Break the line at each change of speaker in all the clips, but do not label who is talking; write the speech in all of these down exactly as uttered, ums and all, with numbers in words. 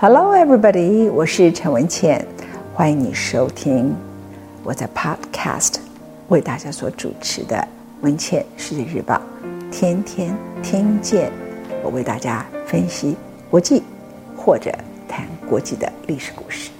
Hello everybody， 我是陈文茜，欢迎你收听我在 Podcast 为大家所主持的文茜世界日报，天天听见我为大家分析国际或者谈国际的历史故事。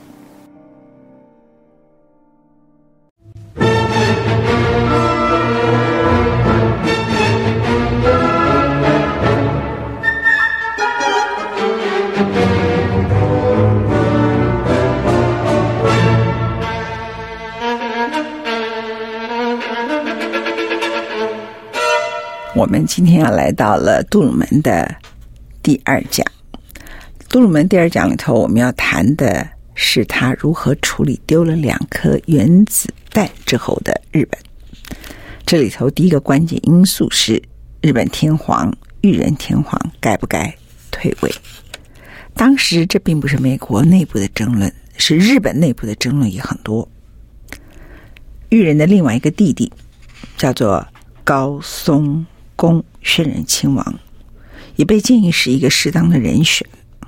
我们今天要来到了杜鲁门的第二讲。杜鲁门第二讲里头，我们要谈的是他如何处理丢了两颗原子弹之后的日本。这里头第一个关键因素是日本天皇裕仁天皇该不该退位。当时这并不是美国内部的争论，是日本内部的争论也很多。裕仁的另外一个弟弟叫做高松宫宣仁亲王，也被建议是一个适当的人选。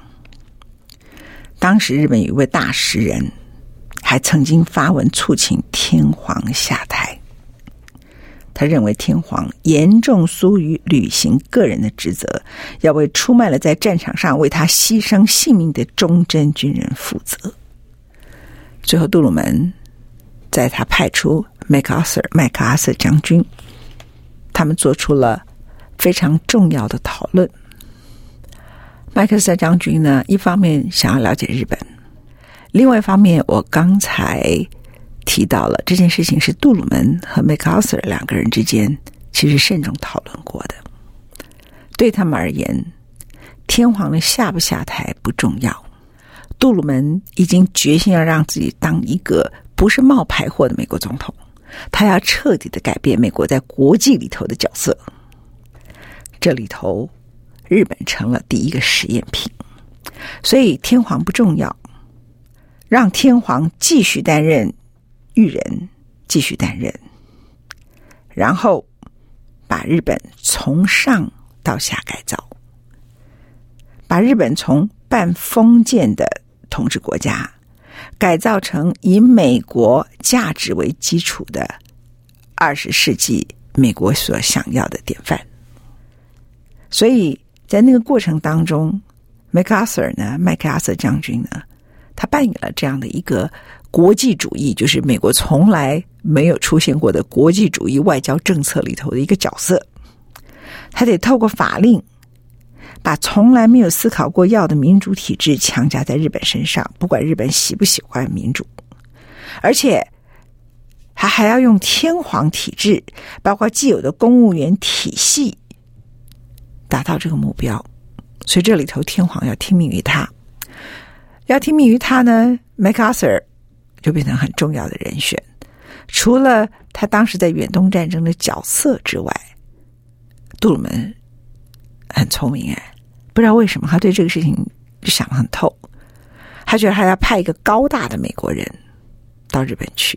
当时日本有一位大诗人还曾经发文促请天皇下台，他认为天皇严重疏于履行个人的职责，要为出卖了在战场上为他牺牲性命的忠贞军人负责。最后杜鲁门在他派出麦克阿瑟麦克阿瑟将军，他们做出了非常重要的讨论。麦克阿瑟将军呢，一方面想要了解日本，另外一方面我刚才提到了这件事情是杜鲁门和麦克阿瑟两个人之间其实慎重讨论过的。对他们而言，天皇的下不下台不重要，杜鲁门已经决心要让自己当一个不是冒牌货的美国总统，他要彻底的改变美国在国际里头的角色。这里头日本成了第一个实验品，所以天皇不重要，让天皇继续担任，裕仁继续担任，然后把日本从上到下改造，把日本从半封建的统治国家改造成以美国价值为基础的二十世纪美国所想要的典范。所以在那个过程当中，麦克阿瑟呢，麦克阿瑟将军呢，他扮演了这样的一个国际主义，就是美国从来没有出现过的国际主义外交政策里头的一个角色。他得透过法令把从来没有思考过要的民主体制强加在日本身上，不管日本喜不喜欢民主，而且他还要用天皇体制，包括既有的公务员体系，达到这个目标。所以这里头天皇要听命于他，要听命于他呢，麦克阿瑟就变成很重要的人选。除了他当时在远东战争的角色之外，杜鲁门很聪明哎，不知道为什么他对这个事情想得很透，他觉得他要派一个高大的美国人到日本去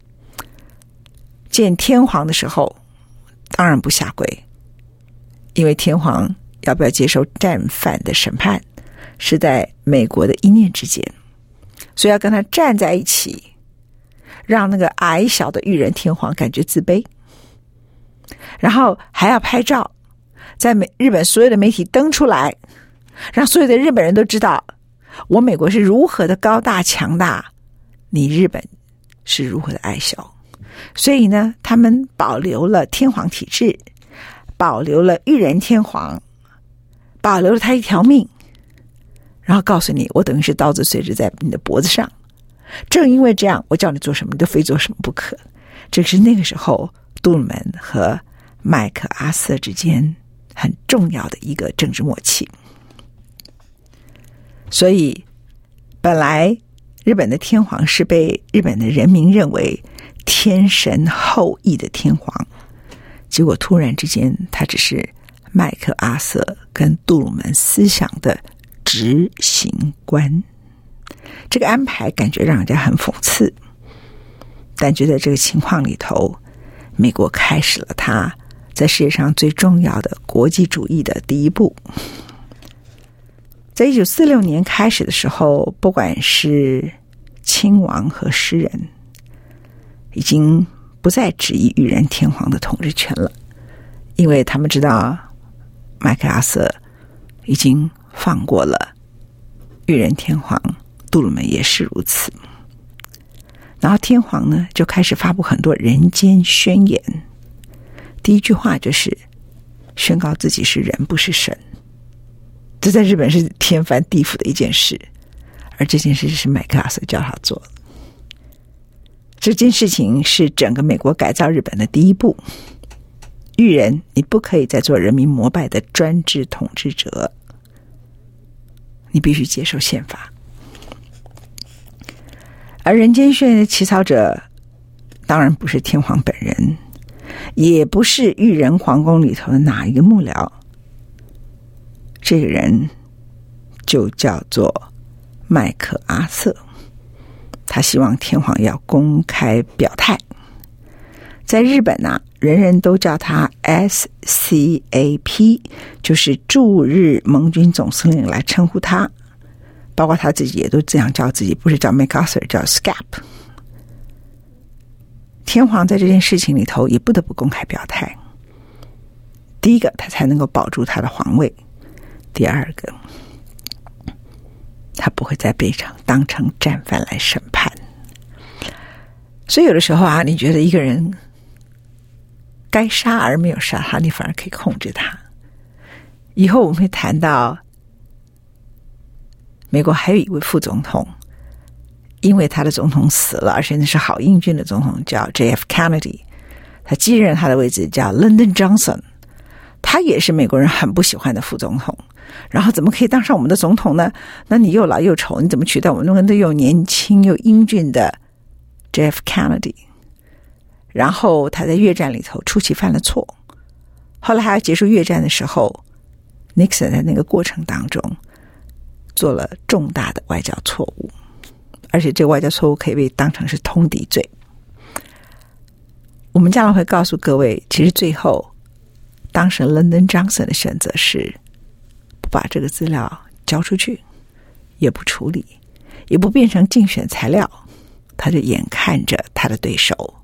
见天皇的时候，当然不下跪，因为天皇要不要接受战犯的审判是在美国的一念之间，所以要跟他站在一起，让那个矮小的裕仁天皇感觉自卑，然后还要拍照在美日本所有的媒体登出来，让所有的日本人都知道我美国是如何的高大强大，你日本是如何的矮小。所以呢，他们保留了天皇体制，保留了裕仁天皇，保留了他一条命，然后告诉你，我等于是刀子随着在你的脖子上，正因为这样，我叫你做什么你都非做什么不可。这是那个时候杜鲁门和麦克阿瑟之间很重要的一个政治默契。所以本来日本的天皇是被日本的人民认为天神后裔的天皇，结果突然之间他只是麦克阿瑟跟杜鲁门思想的执行官。这个安排感觉让人家很讽刺，但就在这个情况里头，美国开始了他在世界上最重要的国际主义的第一步。 在一九四六年开始的时候，不管是亲王和诗人，已经不再质疑裕仁天皇的统治权了，因为他们知道麦克阿瑟已经放过了裕仁天皇，杜鲁门也是如此。然后天皇呢就开始发布很多人间宣言，第一句话就是宣告自己是人不是神，这在日本是天翻地覆的一件事，而这件事是麦克阿瑟叫他做的。这件事情是整个美国改造日本的第一步，裕仁你不可以再做人民膜拜的专制统治者，你必须接受宪法。而人间宣言的起草者当然不是天皇本人，也不是裕仁皇宫里头的哪一个幕僚，这个人就叫做麦克阿瑟。他希望天皇要公开表态，在日本啊，人人都叫他 S C A P， 就是驻日盟军总司令来称呼他，包括他自己也都这样叫自己，不是叫 MacArthur， 叫 S C A P。 天皇在这件事情里头也不得不公开表态，第一个他才能够保住他的皇位，第二个他不会再被当成战犯来审判。所以有的时候啊，你觉得一个人该杀而没有杀他，你反而可以控制他。以后我们会谈到美国还有一位副总统，因为他的总统死了，而且那是好英俊的总统，叫 J F Kennedy， 他继任他的位置叫 Lyndon Johnson， 他也是美国人很不喜欢的副总统。然后怎么可以当上我们的总统呢？那你又老又丑，你怎么取代我们那个又年轻又英俊的 J F Kennedy？ 然后他在越战里头初期犯了错，后来还要结束越战的时候， Nixon 在那个过程当中做了重大的外交错误，而且这个外交错误可以被当成是通敌罪。我们将来会告诉各位，其实最后当时 Lyndon Johnson 的选择是不把这个资料交出去，也不处理，也不变成竞选材料，他就眼看着他的对手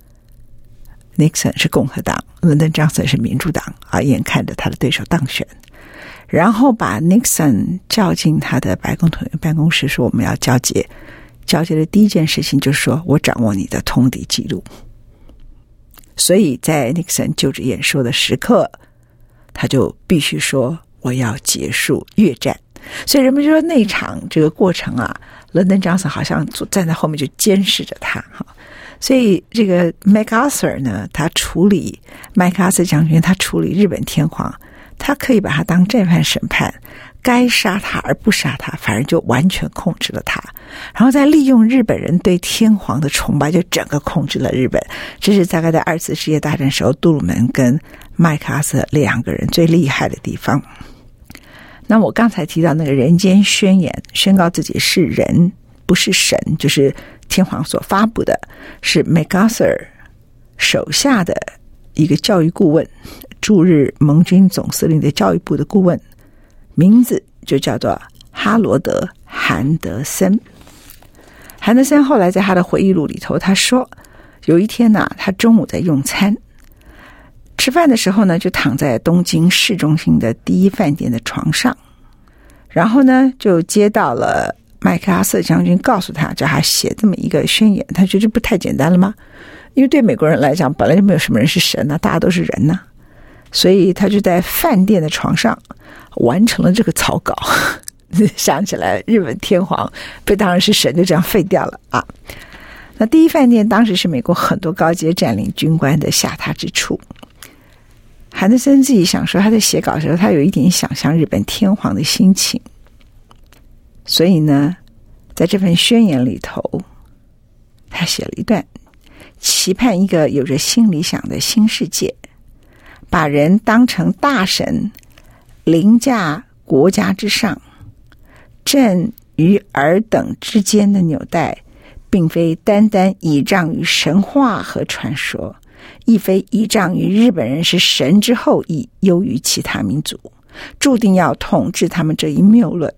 Nixon 是共和党， Lyndon Johnson 是民主党啊，眼看着他的对手当选，然后把 Nixon 叫进他的白宫办公室，说我们要交接。交接的第一件事情就是说，我掌握你的通敌记录。所以在 Nixon 就职演说的时刻，他就必须说我要结束越战。所以人们就说那场这个过程啊， Lyndon Johnson 好像站在后面就监视着他。所以这个 MacArthur 呢，他处理麦克阿瑟将军，他处理日本天皇，他可以把他当战犯审判，该杀他而不杀他，反而就完全控制了他，然后再利用日本人对天皇的崇拜，就整个控制了日本。这是大概在二次世界大战时候杜鲁门跟麦克阿瑟两个人最厉害的地方。那我刚才提到那个人间宣言，宣告自己是人不是神，就是天皇所发布的，是 MacArthur 手下的一个教育顾问，驻日盟军总司令的教育部的顾问，名字就叫做哈罗德·韩德森。韩德森后来在他的回忆录里头，他说有一天呢、啊，他中午在用餐，吃饭的时候呢，就躺在东京市中心的第一饭店的床上，然后呢，就接到了麦克阿瑟将军告诉他，叫他写这么一个宣言。他觉得这不太简单了吗？因为对美国人来讲，本来就没有什么人是神啊，大家都是人啊，所以他就在饭店的床上完成了这个草稿。想起来日本天皇被当然是神，就这样废掉了啊。那第一饭店当时是美国很多高阶占领军官的下榻之处。韩德森自己想说，他在写稿的时候，他有一点想象日本天皇的心情，所以呢，在这份宣言里头，他写了一段：期盼一个有着新理想的新世界，把人当成大神，凌驾国家之上，朕与尔等之间的纽带，并非单单倚仗于神话和传说，亦非倚仗于日本人是神之后裔，优于其他民族，注定要统治他们这一谬论。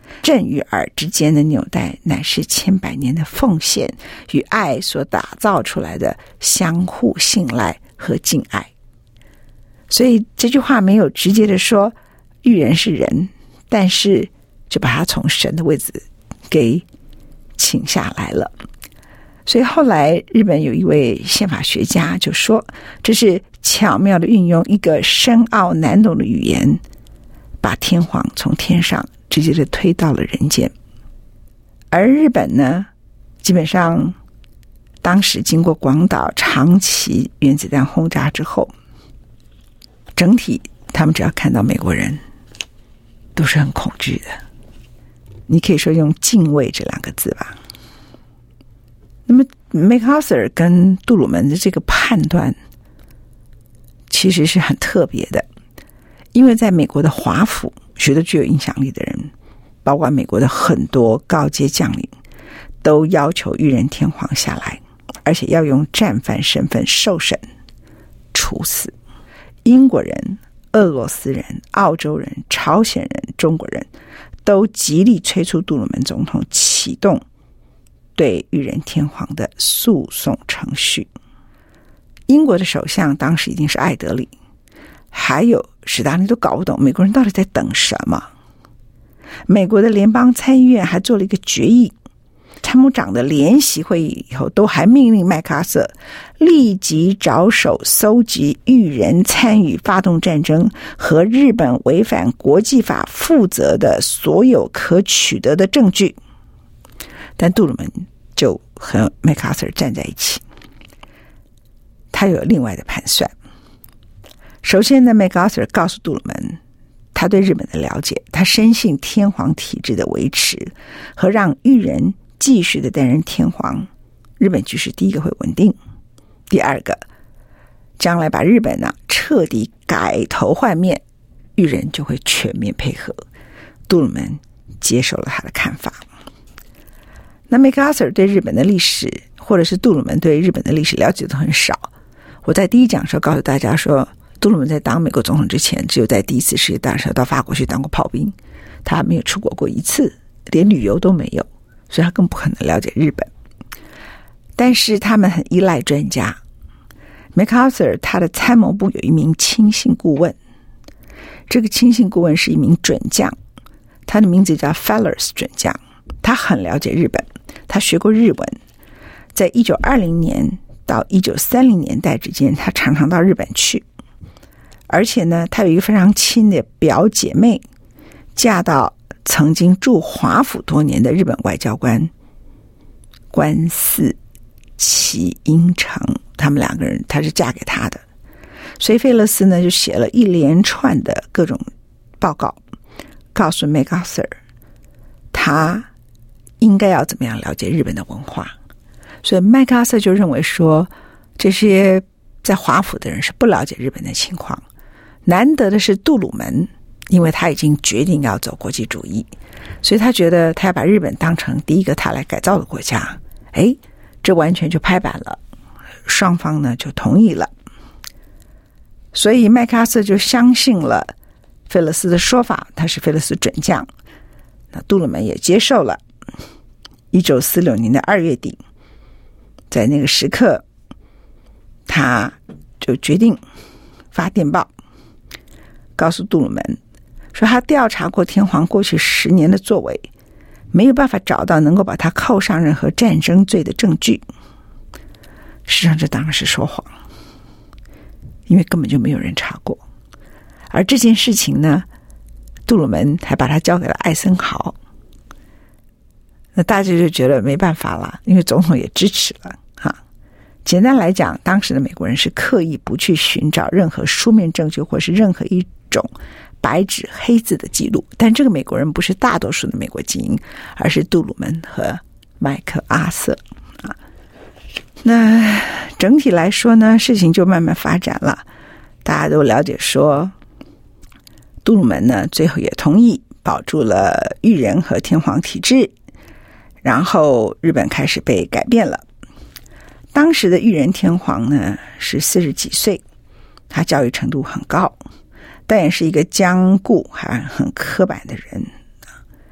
正与尔之间的纽带，乃是千百年的奉献与爱所打造出来的相互信赖和敬爱。所以这句话没有直接的说育人是人，但是就把他从神的位置给请下来了。所以后来日本有一位宪法学家就说，这是巧妙的运用一个深奥难懂的语言，把天皇从天上直接的推到了人间。而日本呢，基本上当时经过广岛长期原子弹轰炸之后，整体他们只要看到美国人都是很恐惧的，你可以说用敬畏这两个字吧。那么 MacArthur 跟杜鲁门的这个判断其实是很特别的，因为在美国的华府许多具有影响力的人，包括美国的很多高阶将领，都要求裕仁天皇下来，而且要用战犯身份受审处死。英国人、俄罗斯人、澳洲人、朝鲜人、中国人都极力催促杜鲁门总统启动对裕仁天皇的诉讼程序。英国的首相当时已经是艾德里，还有史达林都搞不懂美国人到底在等什么。美国的联邦参议院还做了一个决议，参谋长的联席会议以后都还命令麦克阿瑟立即着手搜集裕仁参与发动战争和日本违反国际法负责的所有可取得的证据。但杜鲁门就和麦克阿瑟站在一起，他有另外的盘算。首先呢，麦克阿瑟告诉杜鲁门他对日本的了解，他深信天皇体制的维持和让裕仁继续的担任天皇，日本局势第一个会稳定，第二个将来把日本呢、啊、彻底改头换面，裕仁就会全面配合。杜鲁门接受了他的看法。那麦克阿瑟对日本的历史，或者是杜鲁门对日本的历史了解都很少。我在第一讲的时候告诉大家说，杜鲁门在当美国总统之前，只有在第一次世界大战到法国去当过炮兵，他没有出国过一次，连旅游都没有，所以他更不可能了解日本。但是他们很依赖专家。麦克阿瑟他的参谋部有一名亲信顾问，这个亲信顾问是一名准将，他的名字叫 Fellers 准将，他很了解日本，他学过日文，在一九二零年到一九三零年代之间，他常常到日本去。而且呢，他有一个非常亲的表姐妹，嫁到曾经驻华府多年的日本外交官关寺崎英成，他们两个人，她是嫁给他的。所以费勒斯呢就写了一连串的各种报告，告诉麦克阿瑟他应该要怎么样了解日本的文化。所以麦克阿瑟就认为说，这些在华府的人是不了解日本的情况。难得的是杜鲁门，因为他已经决定要走国际主义，所以他觉得他要把日本当成第一个他来改造的国家。哎，这完全就拍板了，双方呢就同意了。所以麦克阿瑟就相信了费勒斯的说法，他是费勒斯准将。那杜鲁门也接受了。一九四六年的二月底，在那个时刻，他就决定发电报告诉杜鲁门说，他调查过天皇过去十年的作为，没有办法找到能够把他扣上任何战争罪的证据。实际上这当然是说谎，因为根本就没有人查过。而这件事情呢，杜鲁门还把他交给了艾森豪。那大家就觉得没办法了，因为总统也支持了哈。简单来讲，当时的美国人是刻意不去寻找任何书面证据，或是任何一种白纸黑字的记录。但这个美国人不是大多数的美国精英，而是杜鲁门和麦克阿瑟啊。那整体来说呢，事情就慢慢发展了。大家都了解说，杜鲁门呢最后也同意保住了裕仁和天皇体制，然后日本开始被改变了。当时的裕仁天皇呢是四十几岁，他教育程度很高，但也是一个僵固还很刻板的人。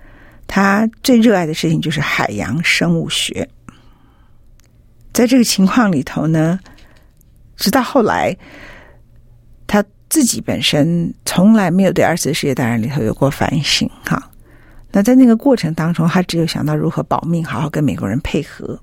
他最热爱的事情就是海洋生物学。在这个情况里头呢，直到后来他自己本身从来没有对二次世界大战里头有过反省哈。那在那个过程当中，他只有想到如何保命，好好跟美国人配合。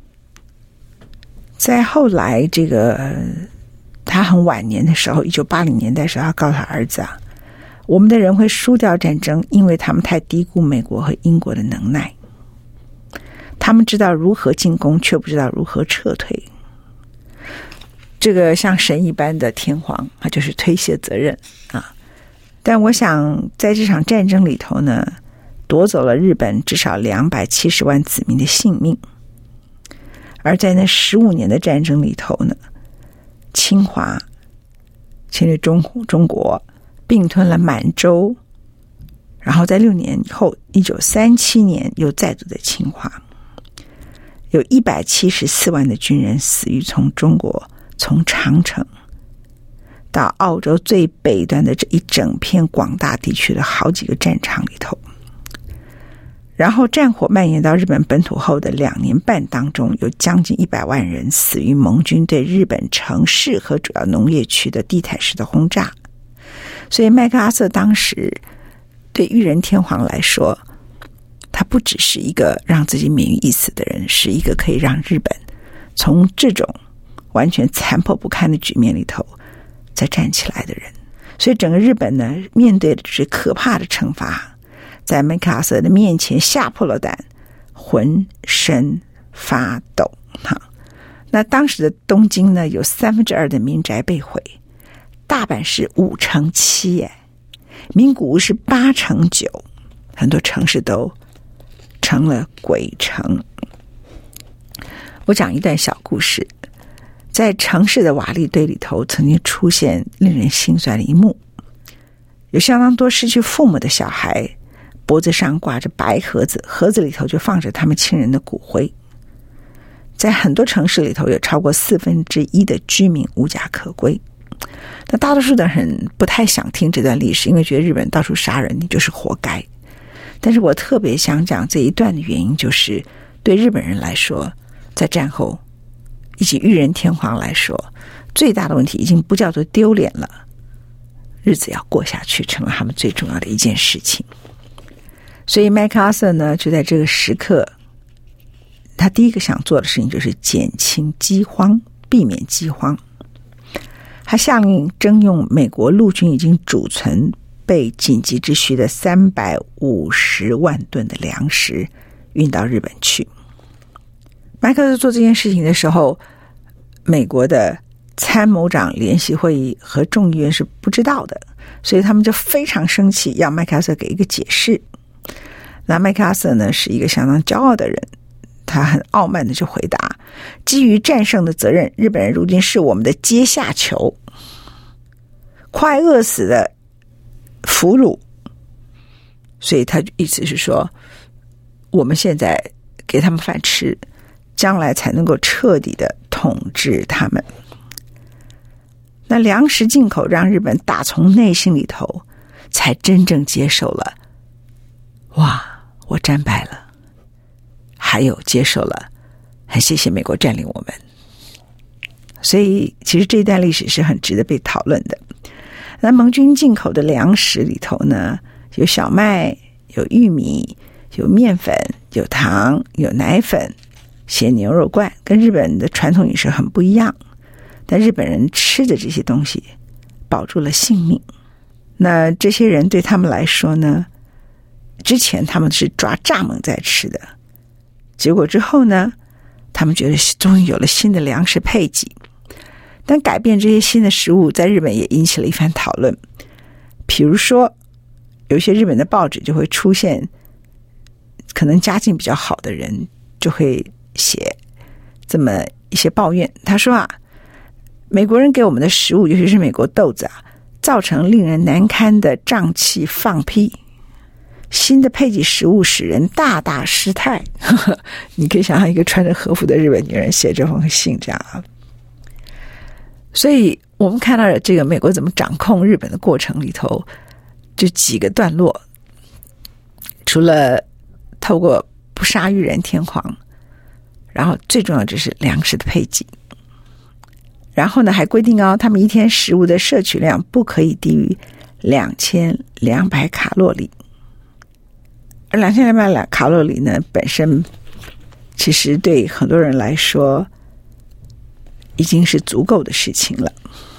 在后来这个他很晚年的时候，一九八零年代的时候，他告诉他儿子啊，我们的人会输掉战争，因为他们太低估美国和英国的能耐。他们知道如何进攻，却不知道如何撤退。这个像神一般的天皇，他就是推卸责任啊。但我想在这场战争里头呢，夺走了日本至少两百七十万子民的性命。而在那十五年的战争里头呢，侵华侵略中中国，并吞了满洲，然后在六年以后，一九三七年又再度的侵华，有一百七十四万的军人死于从中国从长城到澳洲最北端的这一整片广大地区的好几个战场里头。然后战火蔓延到日本本土后的两年半当中，有将近一百万人死于盟军对日本城市和主要农业区的地毯式的轰炸。所以麦克阿瑟当时对裕仁天皇来说，他不只是一个让自己免于一死的人，是一个可以让日本从这种完全残破不堪的局面里头再站起来的人。所以整个日本呢，面对的是可怕的惩罚，在麦克阿瑟的面前吓破了胆，浑身发抖。哈，那当时的东京呢，有三分之二的民宅被毁，大阪是五成七耶，名古屋是八成九，很多城市都成了鬼城。我讲一段小故事，在城市的瓦砾堆里头，曾经出现令人心酸的一幕，有相当多失去父母的小孩，脖子上挂着白盒子，盒子里头就放着他们亲人的骨灰。在很多城市里头，有超过四分之一的居民无家可归。那大多数的人不太想听这段历史，因为觉得日本到处杀人，你就是活该。但是我特别想讲这一段的原因，就是对日本人来说，在战后以及裕仁天皇来说，最大的问题已经不叫做丢脸了，日子要过下去成了他们最重要的一件事情。所以麦克阿瑟呢，就在这个时刻，他第一个想做的事情就是减轻饥荒，避免饥荒。他下令征用美国陆军已经储存备紧急之需的三百五十万吨的粮食运到日本去。麦克阿瑟做这件事情的时候，美国的参谋长联席会议和众议院是不知道的，所以他们就非常生气，要麦克阿瑟给一个解释。那麦克阿瑟呢，是一个相当骄傲的人，他很傲慢的就回答，基于战胜的责任，日本人如今是我们的阶下囚，快饿死的俘虏。所以他意思是说，我们现在给他们饭吃，将来才能够彻底的统治他们。那粮食进口让日本打从内心里头才真正接受了，哇，我战败了，还有接受了，很谢谢美国占领我们。所以其实这段历史是很值得被讨论的。那盟军进口的粮食里头呢，有小麦，有玉米，有面粉，有糖，有奶粉，写牛肉罐，跟日本的传统饮食很不一样。但日本人吃的这些东西保住了性命。那这些人对他们来说呢，之前他们是抓蚱蜢在吃的，结果之后呢，他们觉得终于有了新的粮食配给。但改变这些新的食物在日本也引起了一番讨论。比如说有些日本的报纸就会出现，可能家境比较好的人就会写这么一些抱怨。他说啊，美国人给我们的食物，尤其是美国豆子啊，造成令人难堪的胀气放屁，新的配给食物使人大大失态。你可以想象一个穿着和服的日本女人写这封信这样啊。所以我们看到了这个美国怎么掌控日本的过程里头，就几个段落，除了透过不杀裕仁天皇，然后最重要就是粮食的配给。然后呢，还规定哦，他们一天食物的摄取量不可以低于两千两百卡路里。而两千两百卡路里呢，本身其实对很多人来说已经是足够的事情了。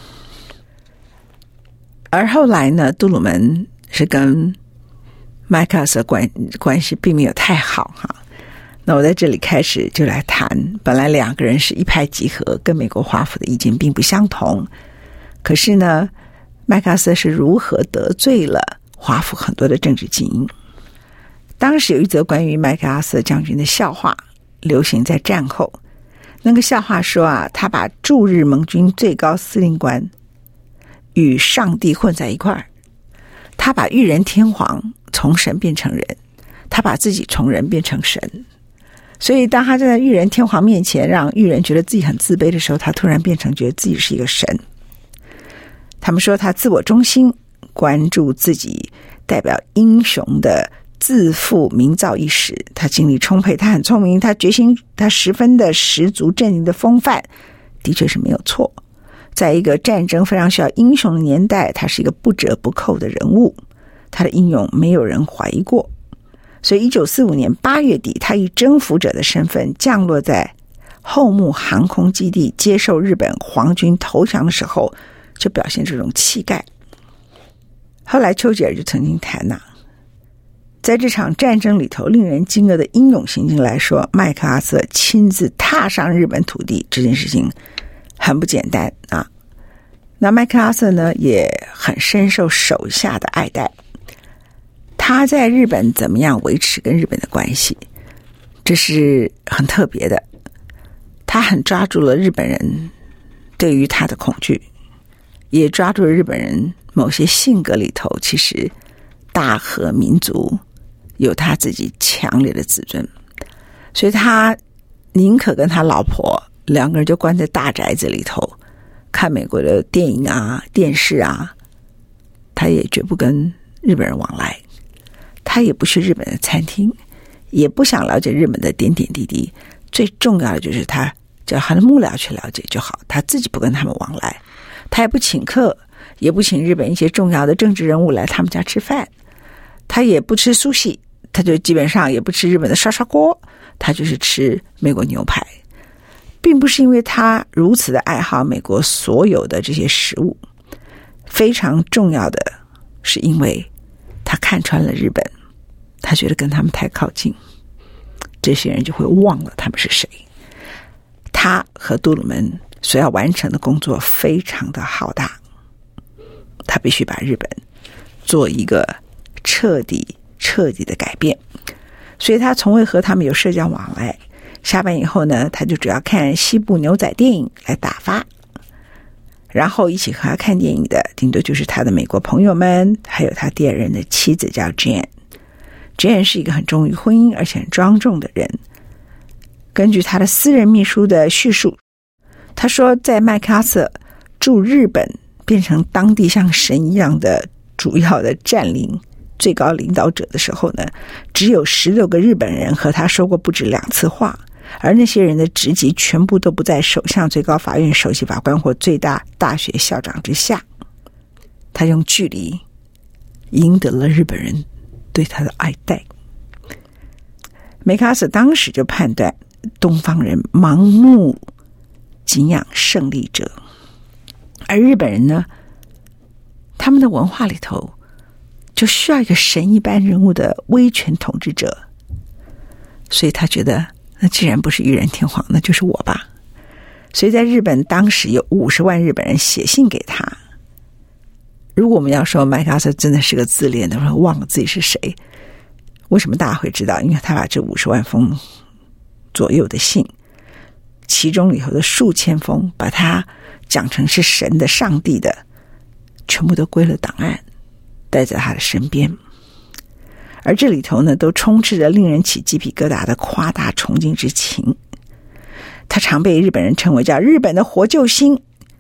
而后来呢，杜鲁门是跟麦克阿瑟关关系并没有太好哈。那我在这里开始就来谈，本来两个人是一拍即合，跟美国华府的意见并不相同，可是呢，麦克阿瑟是如何得罪了华府很多的政治精英。当时有一则关于麦克阿瑟将军的笑话流行在战后，那个笑话说啊，他把驻日盟军最高司令官与上帝混在一块儿，他把裕仁天皇从神变成人，他把自己从人变成神。所以当他站在裕仁天皇面前，让裕仁觉得自己很自卑的时候，他突然变成觉得自己是一个神。他们说他自我中心，关注自己，代表英雄的自负名噪意识。他精力充沛，他很聪明，他决心，他十分的十足镇定的风范，的确是没有错。在一个战争非常需要英雄的年代，他是一个不折不扣的人物，他的英勇没有人怀疑过。所以一九四五年八月底，他以征服者的身份降落在后木航空基地，接受日本皇军投降的时候，就表现这种气概。后来丘吉尔就曾经谈呐、啊，在这场战争里头，令人惊愕的英勇行径来说，麦克阿瑟亲自踏上日本土地这件事情很不简单啊。那麦克阿瑟呢，也很深受手下的爱戴。他在日本怎么样维持跟日本的关系，这是很特别的。他很抓住了日本人对于他的恐惧，也抓住了日本人某些性格里头其实大和民族有他自己强烈的自尊，所以他宁可跟他老婆两个人就关在大宅子里头看美国的电影啊电视啊，他也绝不跟日本人往来，他也不去日本的餐厅，也不想了解日本的点点滴滴，最重要的就是他叫他的幕僚去了解就好，他自己不跟他们往来，他也不请客，也不请日本一些重要的政治人物来他们家吃饭，他也不吃苏西，他就基本上也不吃日本的刷刷锅，他就是吃美国牛排。并不是因为他如此的爱好美国所有的这些食物，非常重要的是因为他看穿了日本，他觉得跟他们太靠近，这些人就会忘了他们是谁。他和杜鲁门所要完成的工作非常的浩大，他必须把日本做一个彻底彻底的改变，所以他从未和他们有社交往来。下班以后呢，他就主要看西部牛仔电影来打发，然后一起和他看电影的顶多就是他的美国朋友们，还有他第二任的妻子叫 Jane。Jane 是一个很忠于婚姻而且很庄重的人。根据他的私人秘书的叙述，他说在麦克阿瑟驻日本变成当地像神一样的主要的占领最高领导者的时候呢，只有十六个日本人和他说过不止两次话，而那些人的职级全部都不在首相、最高法院首席法官或最大大学校长之下。他用距离赢得了日本人对他的爱戴。梅克阿瑟当时就判断东方人盲目敬仰胜利者，而日本人呢，他们的文化里头就需要一个神一般人物的威权统治者，所以他觉得那既然不是裕仁天皇，那就是我吧。所以在日本当时有五十万日本人写信给他。如果我们要说麦克阿瑟真的是个自恋的，忘了自己是谁，为什么大家会知道？因为他把这五十万封左右的信，其中里头的数千封把他讲成是神的、上帝的，全部都归了档案，带在他的身边。而这里头呢，都充斥着令人起鸡皮疙瘩的夸大崇敬之情。他常被日本人称为叫日本的活救星，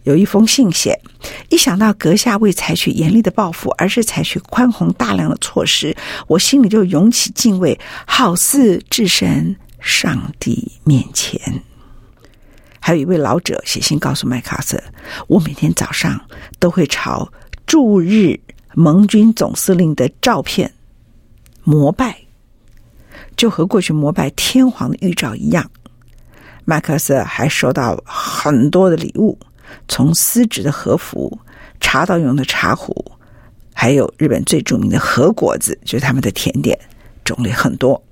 有一封信写，一想到阁下未采取严厉的报复，而是采取宽宏大量的措施，我心里就涌起敬畏，好似置身上帝面前。还有一位老者写信告诉麦克阿瑟，我每天早上都会朝驻日盟军总司令的照片膜拜，就和过去膜拜天皇的预兆一样。麦克阿瑟还收到很多的礼物，从丝质的和服、茶道用的茶壶，还有日本最著名的和果子，就是他们的甜点，种类很多。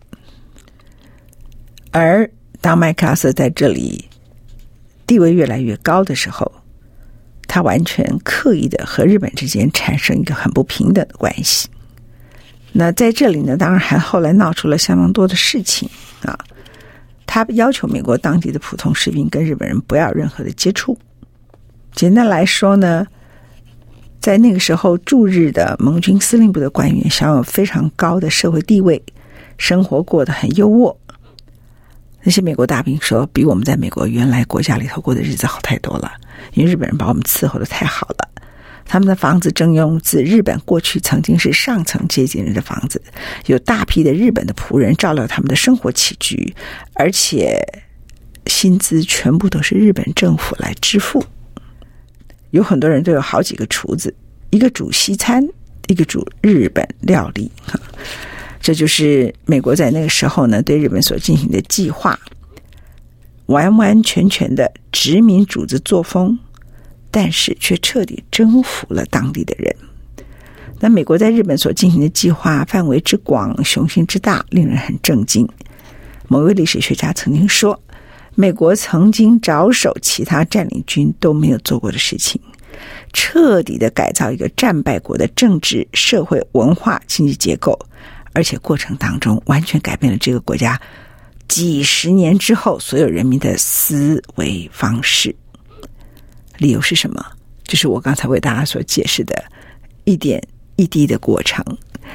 而当麦克阿瑟在这里地位越来越高的时候，他完全刻意的和日本之间产生一个很不平等的关系。那在这里呢，当然还后来闹出了相当多的事情啊。他要求美国当地的普通士兵跟日本人不要有任何的接触。简单来说呢，在那个时候驻日的盟军司令部的官员享有非常高的社会地位，生活过得很优渥。那些美国大兵说，比我们在美国原来国家里头过的日子好太多了，因为日本人把我们伺候得太好了。他们的房子征用自日本过去曾经是上层阶级人的房子，有大批的日本的仆人照料他们的生活起居，而且薪资全部都是日本政府来支付。有很多人都有好几个厨子，一个煮西餐，一个煮日本料理。这就是美国在那个时候呢对日本所进行的计划，完完全全的殖民主子作风，但是却彻底征服了当地的人。那美国在日本所进行的计划范围之广，雄心之大，令人很震惊。某位历史学家曾经说，美国曾经着手其他占领军都没有做过的事情，彻底的改造一个战败国的政治、社会、文化、经济结构，而且过程当中完全改变了这个国家几十年之后所有人民的思维方式。理由是什么？就是我刚才为大家所解释的一点一滴的过程。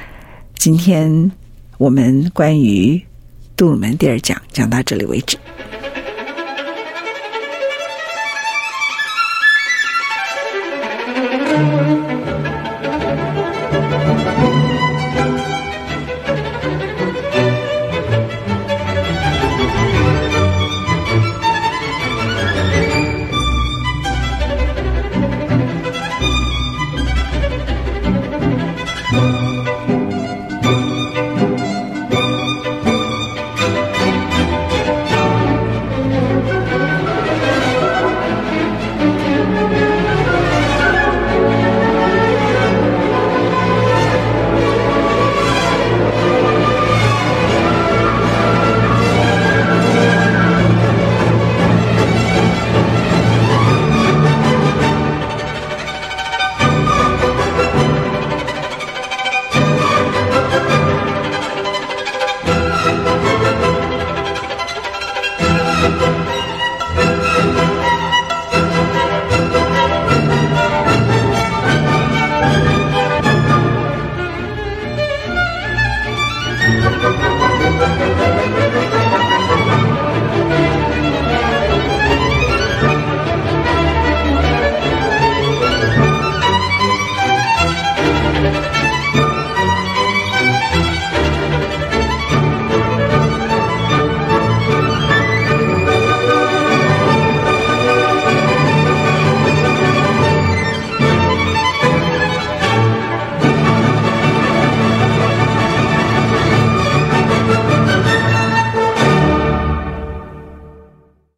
今天我们关于杜鲁门第二讲讲到这里为止。